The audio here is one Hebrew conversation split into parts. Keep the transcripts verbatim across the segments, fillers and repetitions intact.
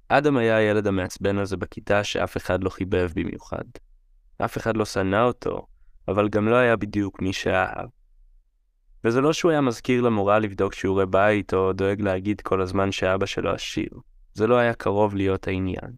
אדם היה הילד המעצבן הזה בכיתה שאף אחד לא חיבב במיוחד. אף אחד לא שנא אותו, אבל גם לא היה בדיוק מי שאהב. וזה לא שהוא היה מזכיר למורה לבדוק שיעורי בית או דואג להגיד כל הזמן שאבא שלו עשיר. זה לא היה קרוב להיות העניין.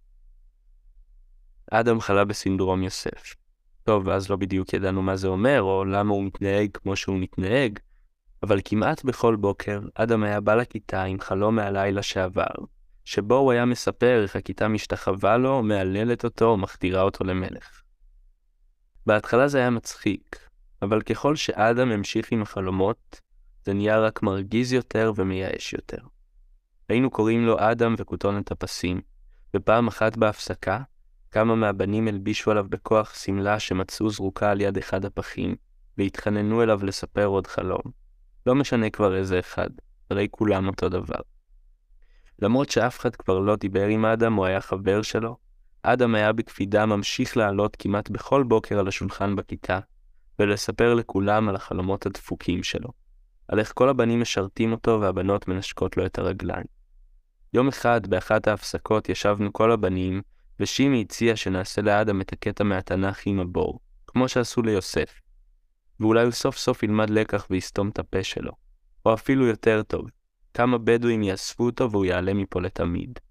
אדם חלה בסינדרום יוסף. טוב, ואז לא בדיוק ידענו מה זה אומר, או למה הוא מתנהג כמו שהוא מתנהג, אבל כמעט בכל בוקר אדם היה בא לכיתה עם חלום מהלילה שעבר, שבו הוא היה מספר איך הכיתה משתחווה לו, מעללת אותו או מחתירה אותו למלך. בהתחלה זה היה מצחיק, אבל ככל שאדם המשיך עם החלומות, זה נהיה רק מרגיז יותר ומייאש יותר. היינו קוראים לו אדם וכותונת הפסים, ופעם אחת בהפסקה, כמה מהבנים הלבישו עליו בכוח סמלה שמצאו זרוקה על יד אחד הפחים, והתחננו אליו לספר עוד חלום. לא משנה כבר איזה אחד, הרי כולם אותו דבר. למרות שאף אחד כבר לא דיבר עם אדם או היה חבר שלו, אדם היה בקפידה ממשיך לעלות כמעט בכל בוקר על השולחן בכיתה, ולספר לכולם על החלומות הדפוקים שלו, על איך כל הבנים משרתים אותו והבנות מנשקות לו את הרגליים. יום אחד, באחת ההפסקות, ישבנו כל הבנים, ושימי הציע שנעשה לאדם את הקטע מהתנ"ך עם הבור, כמו שעשו ליוסף. ואולי הוא סוף סוף ילמד לקח ויסתום את הפה שלו. או אפילו יותר טוב, כמה בדואים יאספו אותו והוא יעלה מפה לתמיד.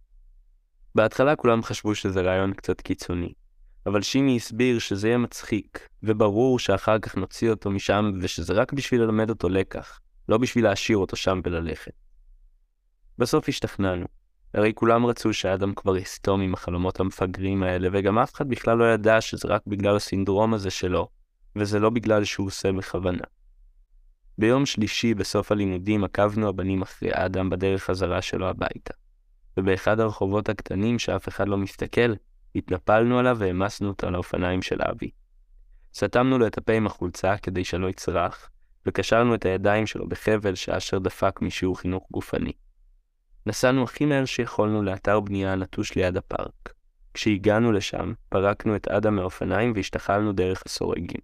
בהתחלה כולם חשבו שזה רעיון קצת קיצוני, אבל שימי הסביר שזה יהיה מצחיק, וברור שאחר כך נוציא אותו משם ושזה רק בשביל ללמד אותו לקח, לא בשביל להשאיר אותו שם וללכת. בסוף השתכנענו. הרי כולם רצו שאדם כבר יסתום עם החלומות המפגרים האלה, וגם אף אחד בכלל לא ידע שזה רק בגלל הסינדרום הזה שלו, וזה לא בגלל שהוא עושה בכוונה. ביום שלישי בסוף הלימודים עקבנו הבנים אחרי אדם בדרך חזרה שלו הביתה, ובאחד הרחובות הקטנים שאף אחד לא מסתכל, התנפלנו עליו והמסנו אותו על האופניים של אבי. סתמנו לו את הפה עם החולצה כדי שלא יצרח, וקשרנו את הידיים שלו בחבל שאשר דפק משיעור חינוך גופני. נסענו הכי מהר שיכולנו לאתר בנייה נטוש ליד הפארק. כשהגענו לשם, פרקנו את אדם מהאופניים והשתחלנו דרך הסורגים.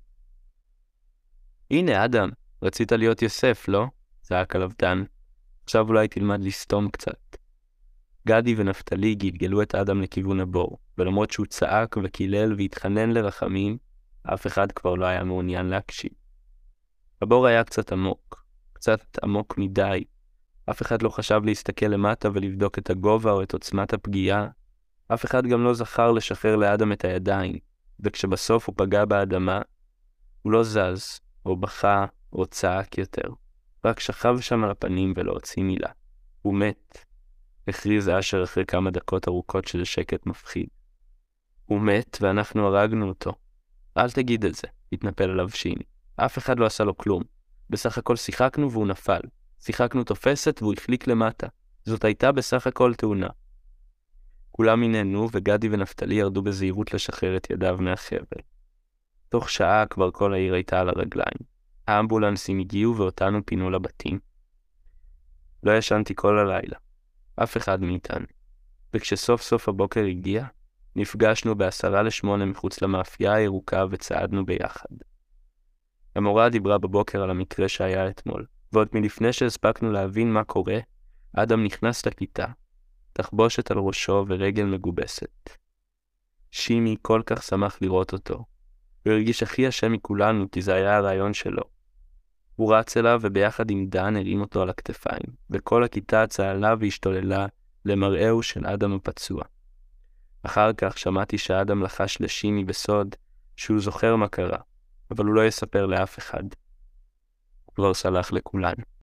הנה אדם, רצית להיות יוסף, לא? זעק עליו דן. עכשיו אולי תלמד לסתום קצת. גדי ונפתלי גלגלו את אדם לכיוון הבור, ולמרות שהוא צעק וקילל והתחנן לרחמים, אף אחד כבר לא היה מעוניין להקשיב. הבור היה קצת עמוק, קצת עמוק מדי. אף אחד לא חשב להסתכל למטה ולבדוק את הגובה או את עוצמת הפגיעה. אף אחד גם לא זכר לשחרר לאדם את הידיים, וכשבסוף הוא פגע באדמה, הוא לא זז, או בכה, או צעק יותר. רק שכב שם על הפנים ולא הוציא מילה. הוא מת. הכריז אשר אחרי כמה דקות ארוכות של שקט מפחיד. הוא מת ואנחנו הרגנו אותו. אל תגיד את זה, התנפל עליו שימי. אף אחד לא עשה לו כלום. בסך הכל שיחקנו והוא נפל. שיחקנו תופסת והוא החליק למטה. זאת הייתה בסך הכל תאונה. כולם עיננו וגדי ונפתלי ירדו בזהירות לשחרר את ידיו מהחבל. תוך שעה כבר כל העיר הייתה על הרגליים. האמבולנסים הגיעו ואותנו פינו לבתים. לא ישנתי כל הלילה. אף אחד מאיתנו. וכשסוף סוף הבוקר הגיע, נפגשנו בעשרה לשמונה מחוץ למאפייה הירוקה וצעדנו ביחד. המורה דיברה בבוקר על המקרה שהיה אתמול, ועוד מלפני שהספקנו להבין מה קורה, אדם נכנס לכיתה, תחבושת על ראשו ורגל מגובסת. שימי כל כך שמח לראות אותו. הוא הרגיש הכי אשם מכולנו כי זה היה הרעיון שלו. הוא רץ אליו וביחד עם דן הרים אותו על הכתפיים, וכל הכיתה צהלה והשתוללה למראהו של אדם הפצוע. אחר כך שמעתי שאדם לחש לשימי בסוד שהוא זוכר מה קרה, אבל הוא לא יספר לאף אחד. הוא כבר סלח לכולנו.